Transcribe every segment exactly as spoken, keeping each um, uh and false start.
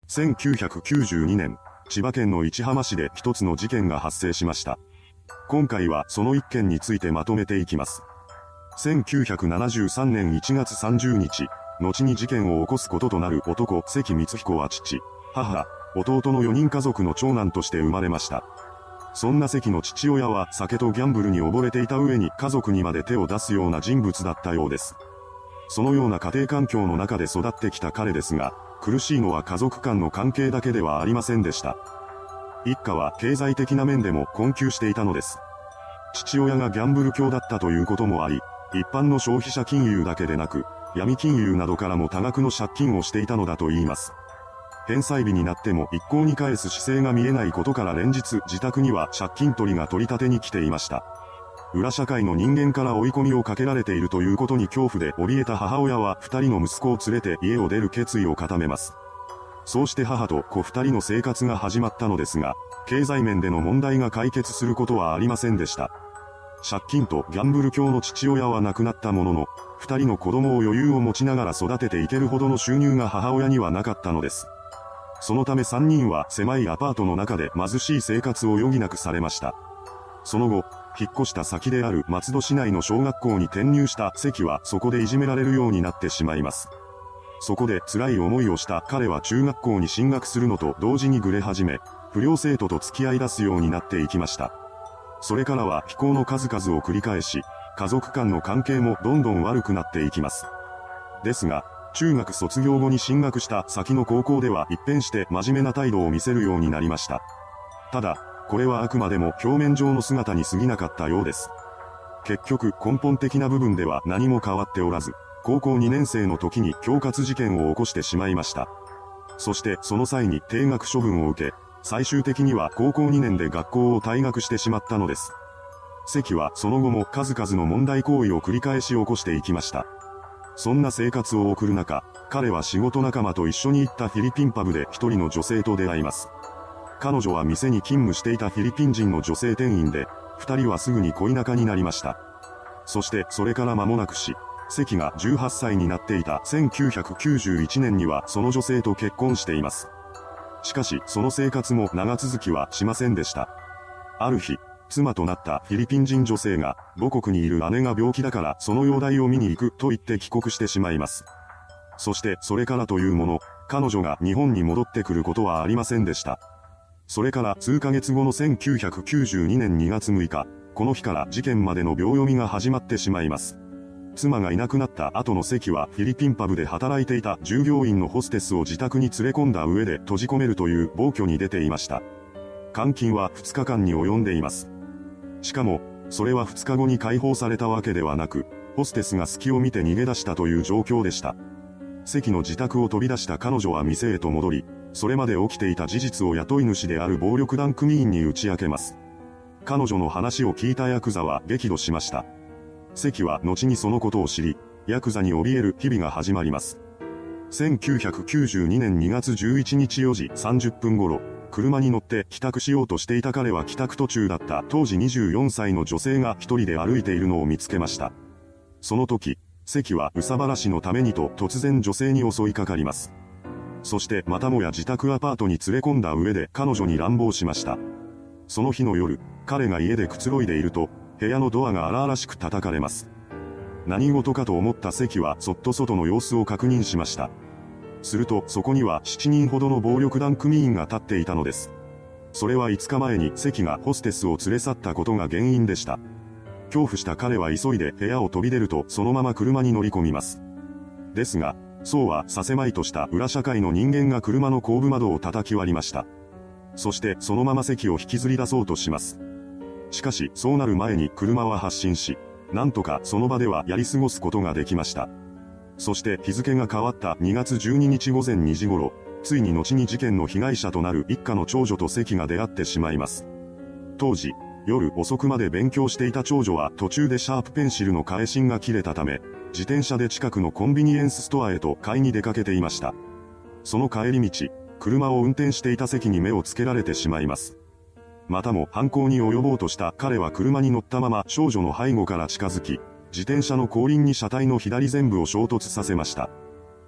せんきゅうひゃくきゅうじゅうにねん、千葉県の市浜市で一つの事件が発生しました。今回はその一件についてまとめていきます。せんきゅうひゃくななじゅうさんねんいちがつさんじゅうにち、後に事件を起こすこととなる男関光彦は父、母、弟のよにん家族の長男として生まれました。そんな関の父親は酒とギャンブルに溺れていた上に家族にまで手を出すような人物だったようです。そのような家庭環境の中で育ってきた彼ですが、苦しいのは家族間の関係だけではありませんでした。一家は経済的な面でも困窮していたのです。父親がギャンブル狂だったということもあり、一般の消費者金融だけでなく、闇金融などからも多額の借金をしていたのだといいます。返済日になっても一向に返す姿勢が見えないことから連日自宅には借金取りが取り立てに来ていました。裏社会の人間から追い込みをかけられているということに恐怖で怯えた母親は二人の息子を連れて家を出る決意を固めます。そうして母と子二人の生活が始まったのですが、経済面での問題が解決することはありませんでした。借金とギャンブル狂の父親は亡くなったものの、二人の子供を余裕を持ちながら育てていけるほどの収入が母親にはなかったのです。そのため三人は狭いアパートの中で貧しい生活を余儀なくされました。その後、引っ越した先である松戸市内の小学校に転入した関はそこでいじめられるようになってしまいます。そこで辛い思いをした彼は中学校に進学するのと同時にぐれ始め、不良生徒と付き合い出すようになっていきました。それからは非行の数々を繰り返し、家族間の関係もどんどん悪くなっていきます。ですが、中学卒業後に進学した先の高校では一変して真面目な態度を見せるようになりました。ただ、これはあくまでも表面上の姿に過ぎなかったようです。結局根本的な部分では何も変わっておらず、高校にねんせいの時に恐喝事件を起こしてしまいました。そしてその際に停学処分を受け、最終的には高校にねんで学校を退学してしまったのです。関はその後も数々の問題行為を繰り返し起こしていきました。そんな生活を送る中、彼は仕事仲間と一緒に行ったフィリピンパブで一人の女性と出会います。彼女は店に勤務していたフィリピン人の女性店員で、二人はすぐに恋仲になりました。そしてそれから間もなくし、関がじゅうはっさいになっていたせんきゅうひゃくきゅうじゅういちねんにはその女性と結婚しています。しかしその生活も長続きはしませんでした。ある日、妻となったフィリピン人女性が母国にいる姉が病気だからその容体を見に行くと言って帰国してしまいます。そしてそれからというもの、彼女が日本に戻ってくることはありませんでした。それから数ヶ月後のせんきゅうひゃくきゅうじゅうにねんにがつむいか、この日から事件までの秒読みが始まってしまいます。妻がいなくなった後の関はフィリピンパブで働いていた従業員のホステスを自宅に連れ込んだ上で閉じ込めるという暴挙に出ていました。監禁はふつかかんに及んでいます。しかも、それはふつかごに解放されたわけではなく、ホステスが隙を見て逃げ出したという状況でした。関の自宅を飛び出した彼女は店へと戻り、それまで起きていた事実を雇い主である暴力団組員に打ち明けます。彼女の話を聞いたヤクザは激怒しました。関は後にそのことを知り、ヤクザに怯える日々が始まります。せんきゅうひゃくきゅうじゅうにねんにがつじゅういちにちよじさんじゅっぷん頃、車に乗って帰宅しようとしていた彼は帰宅途中だった当時にじゅうよんさいの女性が一人で歩いているのを見つけました。その時、関は憂さ晴らしのためにと突然女性に襲いかかります。そしてまたもや自宅アパートに連れ込んだ上で彼女に乱暴しました。その日の夜、彼が家でくつろいでいると、部屋のドアが荒々しく叩かれます。何事かと思った関はそっと外の様子を確認しました。するとそこにはしちにんほどの暴力団組員が立っていたのです。それはいつかまえに関がホステスを連れ去ったことが原因でした。恐怖した彼は急いで部屋を飛び出るとそのまま車に乗り込みます。ですが、そうはさせまいとした裏社会の人間が車の後部窓を叩き割りました。そしてそのまま関を引きずり出そうとします。しかしそうなる前に車は発進し、なんとかその場ではやり過ごすことができました。そして日付が変わったにがつじゅうににちごぜんにじ頃、ついに後に事件の被害者となる一家の長女と関が出会ってしまいます。当時、夜遅くまで勉強していた長女は途中でシャープペンシルの替え芯が切れたため、自転車で近くのコンビニエンスストアへと買いに出かけていました。その帰り道、車を運転していた関に目をつけられてしまいます。またも犯行に及ぼうとした彼は車に乗ったまま少女の背後から近づき、自転車の後輪に車体の左前部を衝突させました。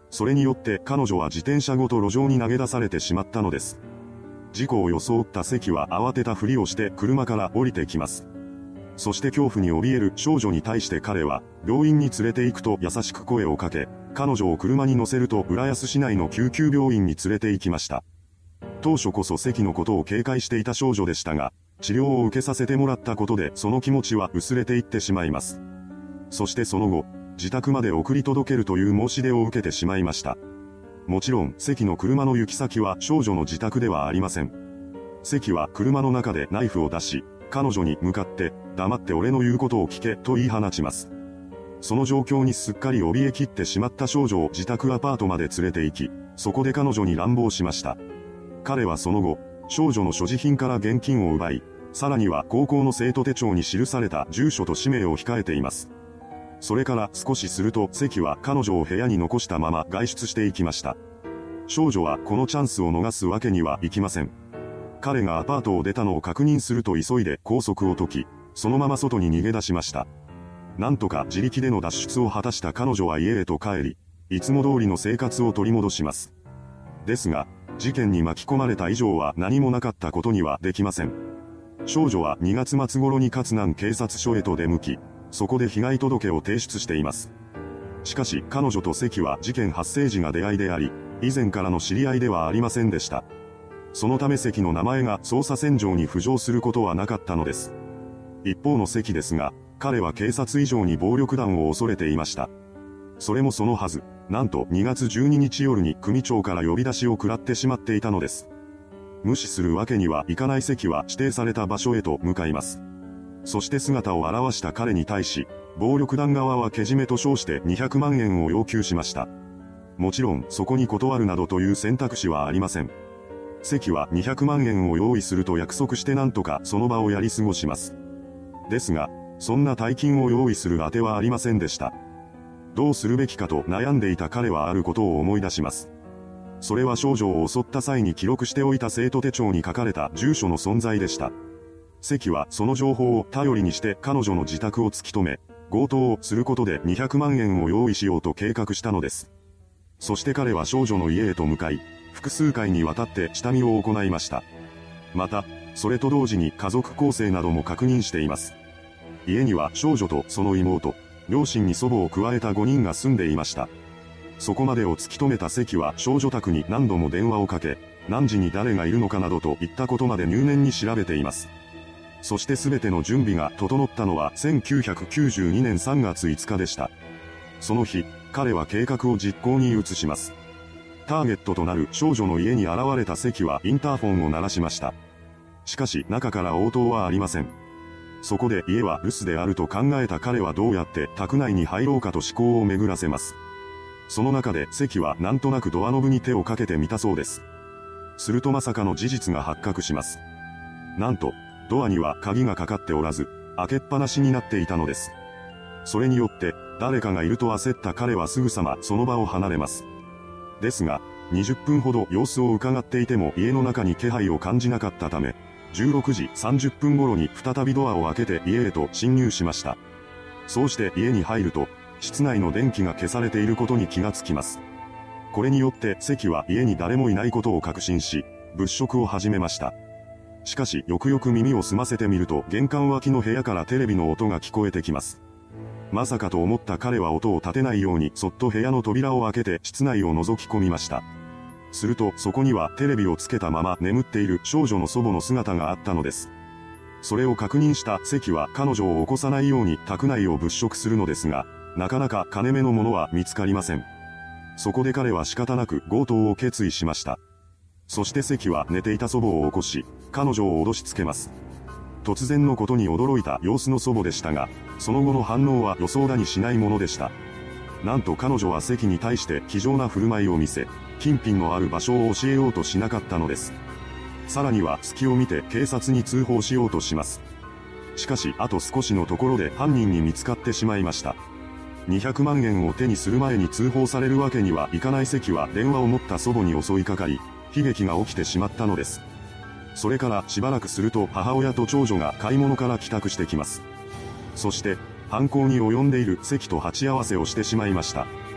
それによって彼女は自転車ごと路上に投げ出されてしまったのです。事故を装った関は慌てたふりをして車から降りてきます。そして恐怖に怯える少女に対して彼は、病院に連れて行くと優しく声をかけ、彼女を車に乗せると浦安市内の救急病院に連れて行きました。当初こそ関のことを警戒していた少女でしたが、治療を受けさせてもらったことでその気持ちは薄れていってしまいます。そしてその後、自宅まで送り届けるという申し出を受けてしまいました。もちろん、関の車の行き先は少女の自宅ではありません。関は車の中でナイフを出し、彼女に向かって、黙って俺の言うことを聞けと言い放ちます。その状況にすっかり怯えきってしまった少女を自宅アパートまで連れて行き、そこで彼女に乱暴しました。彼はその後、少女の所持品から現金を奪い、さらには高校の生徒手帳に記された住所と氏名を控えています。それから少しすると関は彼女を部屋に残したまま外出していきました。少女はこのチャンスを逃すわけにはいきません。彼がアパートを出たのを確認すると急いで拘束を解き、そのまま外に逃げ出しました。なんとか自力での脱出を果たした彼女は家へと帰り、いつも通りの生活を取り戻します。ですが、事件に巻き込まれた以上は何もなかったことにはできません。少女はにがつ末頃に勝南警察署へと出向き、そこで被害届を提出しています。しかし彼女と関は事件発生時が出会いであり、以前からの知り合いではありませんでした。そのため関の名前が捜査線上に浮上することはなかったのです。一方の関ですが、彼は警察以上に暴力団を恐れていました。それもそのはず、なんとにがつじゅうににち夜に組長から呼び出しを食らってしまっていたのです。無視するわけにはいかない関は指定された場所へと向かいます。そして姿を現した彼に対し、暴力団側はけじめと称してにひゃくまんえんを要求しました。もちろんそこに断るなどという選択肢はありません。関はにひゃくまんえんを用意すると約束してなんとかその場をやり過ごします。ですが、そんな大金を用意するあてはありませんでした。どうするべきかと悩んでいた彼はあることを思い出します。それは少女を襲った際に記録しておいた生徒手帳に書かれた住所の存在でした。関はその情報を頼りにして彼女の自宅を突き止め、強盗をすることでにひゃくまんえんを用意しようと計画したのです。そして彼は少女の家へと向かい、複数回にわたって下見を行いました。また、それと同時に家族構成なども確認しています。家には少女とその妹、両親に祖母を加えたごにんが住んでいました。そこまでを突き止めた関は少女宅に何度も電話をかけ、何時に誰がいるのかなどといったことまで入念に調べています。そして全ての準備が整ったのはせんきゅうひゃくきゅうじゅうにねんさんがついつかでした。その日、彼は計画を実行に移します。ターゲットとなる少女の家に現れた関はインターフォンを鳴らしました。しかし中から応答はありません。そこで家は留守であると考えた彼はどうやって宅内に入ろうかと思考を巡らせます。その中で関はなんとなくドアノブに手をかけてみたそうです。するとまさかの事実が発覚します。なんと、ドアには鍵がかかっておらず、開けっぱなしになっていたのです。それによって、誰かがいると焦った彼はすぐさまその場を離れます。ですが、にじゅっぷんほど様子を伺っていても家の中に気配を感じなかったため、じゅうろくじさんじゅっぷん頃に再びドアを開けて家へと侵入しました。そうして家に入ると、室内の電気が消されていることに気がつきます。これによって関は家に誰もいないことを確信し、物色を始めました。しかしよくよく耳を澄ませてみると玄関脇の部屋からテレビの音が聞こえてきます。まさかと思った彼は音を立てないようにそっと部屋の扉を開けて室内を覗き込みました。するとそこにはテレビをつけたまま眠っている少女の祖母の姿があったのです。それを確認した関は彼女を起こさないように宅内を物色するのですが、なかなか金目のものは見つかりません。そこで彼は仕方なく強盗を決意しました。そして関は寝ていた祖母を起こし、彼女を脅しつけます。突然のことに驚いた様子の祖母でしたが、その後の反応は予想だにしないものでした。なんと彼女は関に対して気丈な振る舞いを見せ、金品のある場所を教えようとしなかったのです。さらには隙を見て警察に通報しようとします。しかしあと少しのところで犯人に見つかってしまいました。にひゃくまんえんを手にする前に通報されるわけにはいかない関は電話を持った祖母に襲いかかり、悲劇が起きてしまったのです。それからしばらくすると母親と長女が買い物から帰宅してきます。そして、犯行に及んでいる関と鉢合わせをしてしまいました。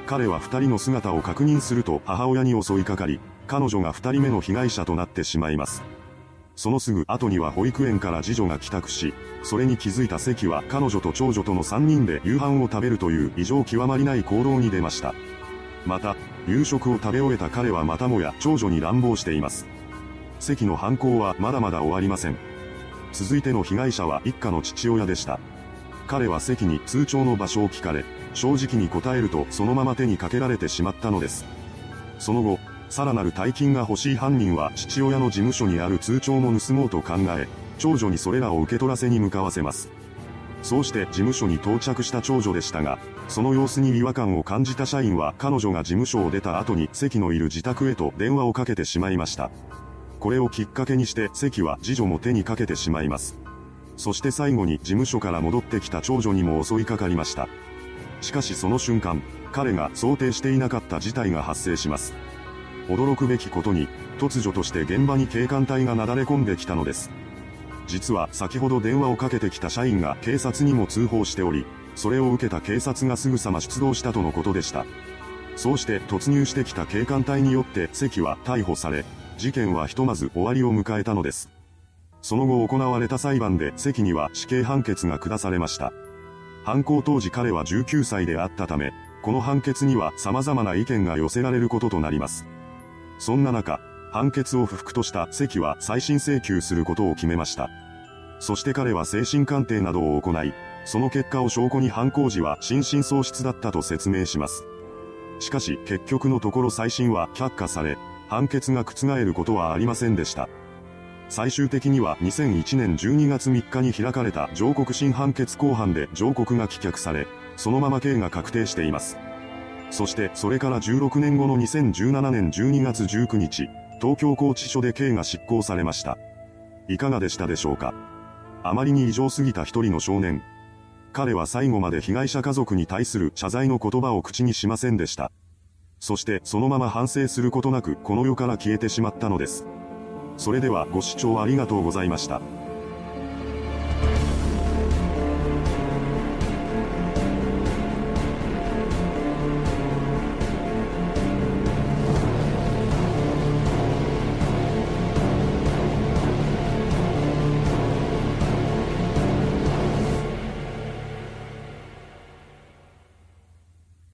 彼は二人の姿を確認すると母親に襲いかかり、彼女が二人目の被害者となってしまいます。そのすぐ後には保育園から次女が帰宅し、それに気づいた関は彼女と長女との三人で夕飯を食べるという異常極まりない行動に出ました。また、夕食を食べ終えた彼はまたもや長女に乱暴しています。関の犯行はまだまだ終わりません。続いての被害者は一家の父親でした。彼は関に通帳の場所を聞かれ、正直に答えるとそのまま手にかけられてしまったのです。その後、さらなる大金が欲しい犯人は父親の事務所にある通帳も盗もうと考え、長女にそれらを受け取らせに向かわせます。そうして事務所に到着した長女でしたが、その様子に違和感を感じた社員は彼女が事務所を出た後に関のいる自宅へと電話をかけてしまいました。これをきっかけにして関は次女も手にかけてしまいます。そして最後に事務所から戻ってきた長女にも襲いかかりました。しかしその瞬間、彼が想定していなかった事態が発生します。驚くべきことに、突如として現場に警官隊がなだれ込んできたのです。実は先ほど電話をかけてきた社員が警察にも通報しており、それを受けた警察がすぐさま出動したとのことでした。そうして突入してきた警官隊によって関は逮捕され、事件はひとまず終わりを迎えたのです。その後行われた裁判で関には死刑判決が下されました。犯行当時彼はじゅうきゅうさいであったため、この判決には様々な意見が寄せられることとなります。そんな中、判決を不服とした関は再審請求することを決めました。そして彼は精神鑑定などを行い、その結果を証拠に犯行時は心神喪失だったと説明します。しかし結局のところ再審は却下され、判決が覆ることはありませんでした。最終的にはにせんいちねんじゅうにがつみっかに開かれた上告審判決公判で上告が棄却され、そのまま刑が確定しています。そしてそれからじゅうろくねんごのにせんじゅうななねんじゅうにがつじゅうくにち、東京拘置所で刑が執行されました。いかがでしたでしょうか。あまりに異常すぎた一人の少年。彼は最後まで被害者家族に対する謝罪の言葉を口にしませんでした。そしてそのまま反省することなくこの世から消えてしまったのです。それではご視聴ありがとうございました。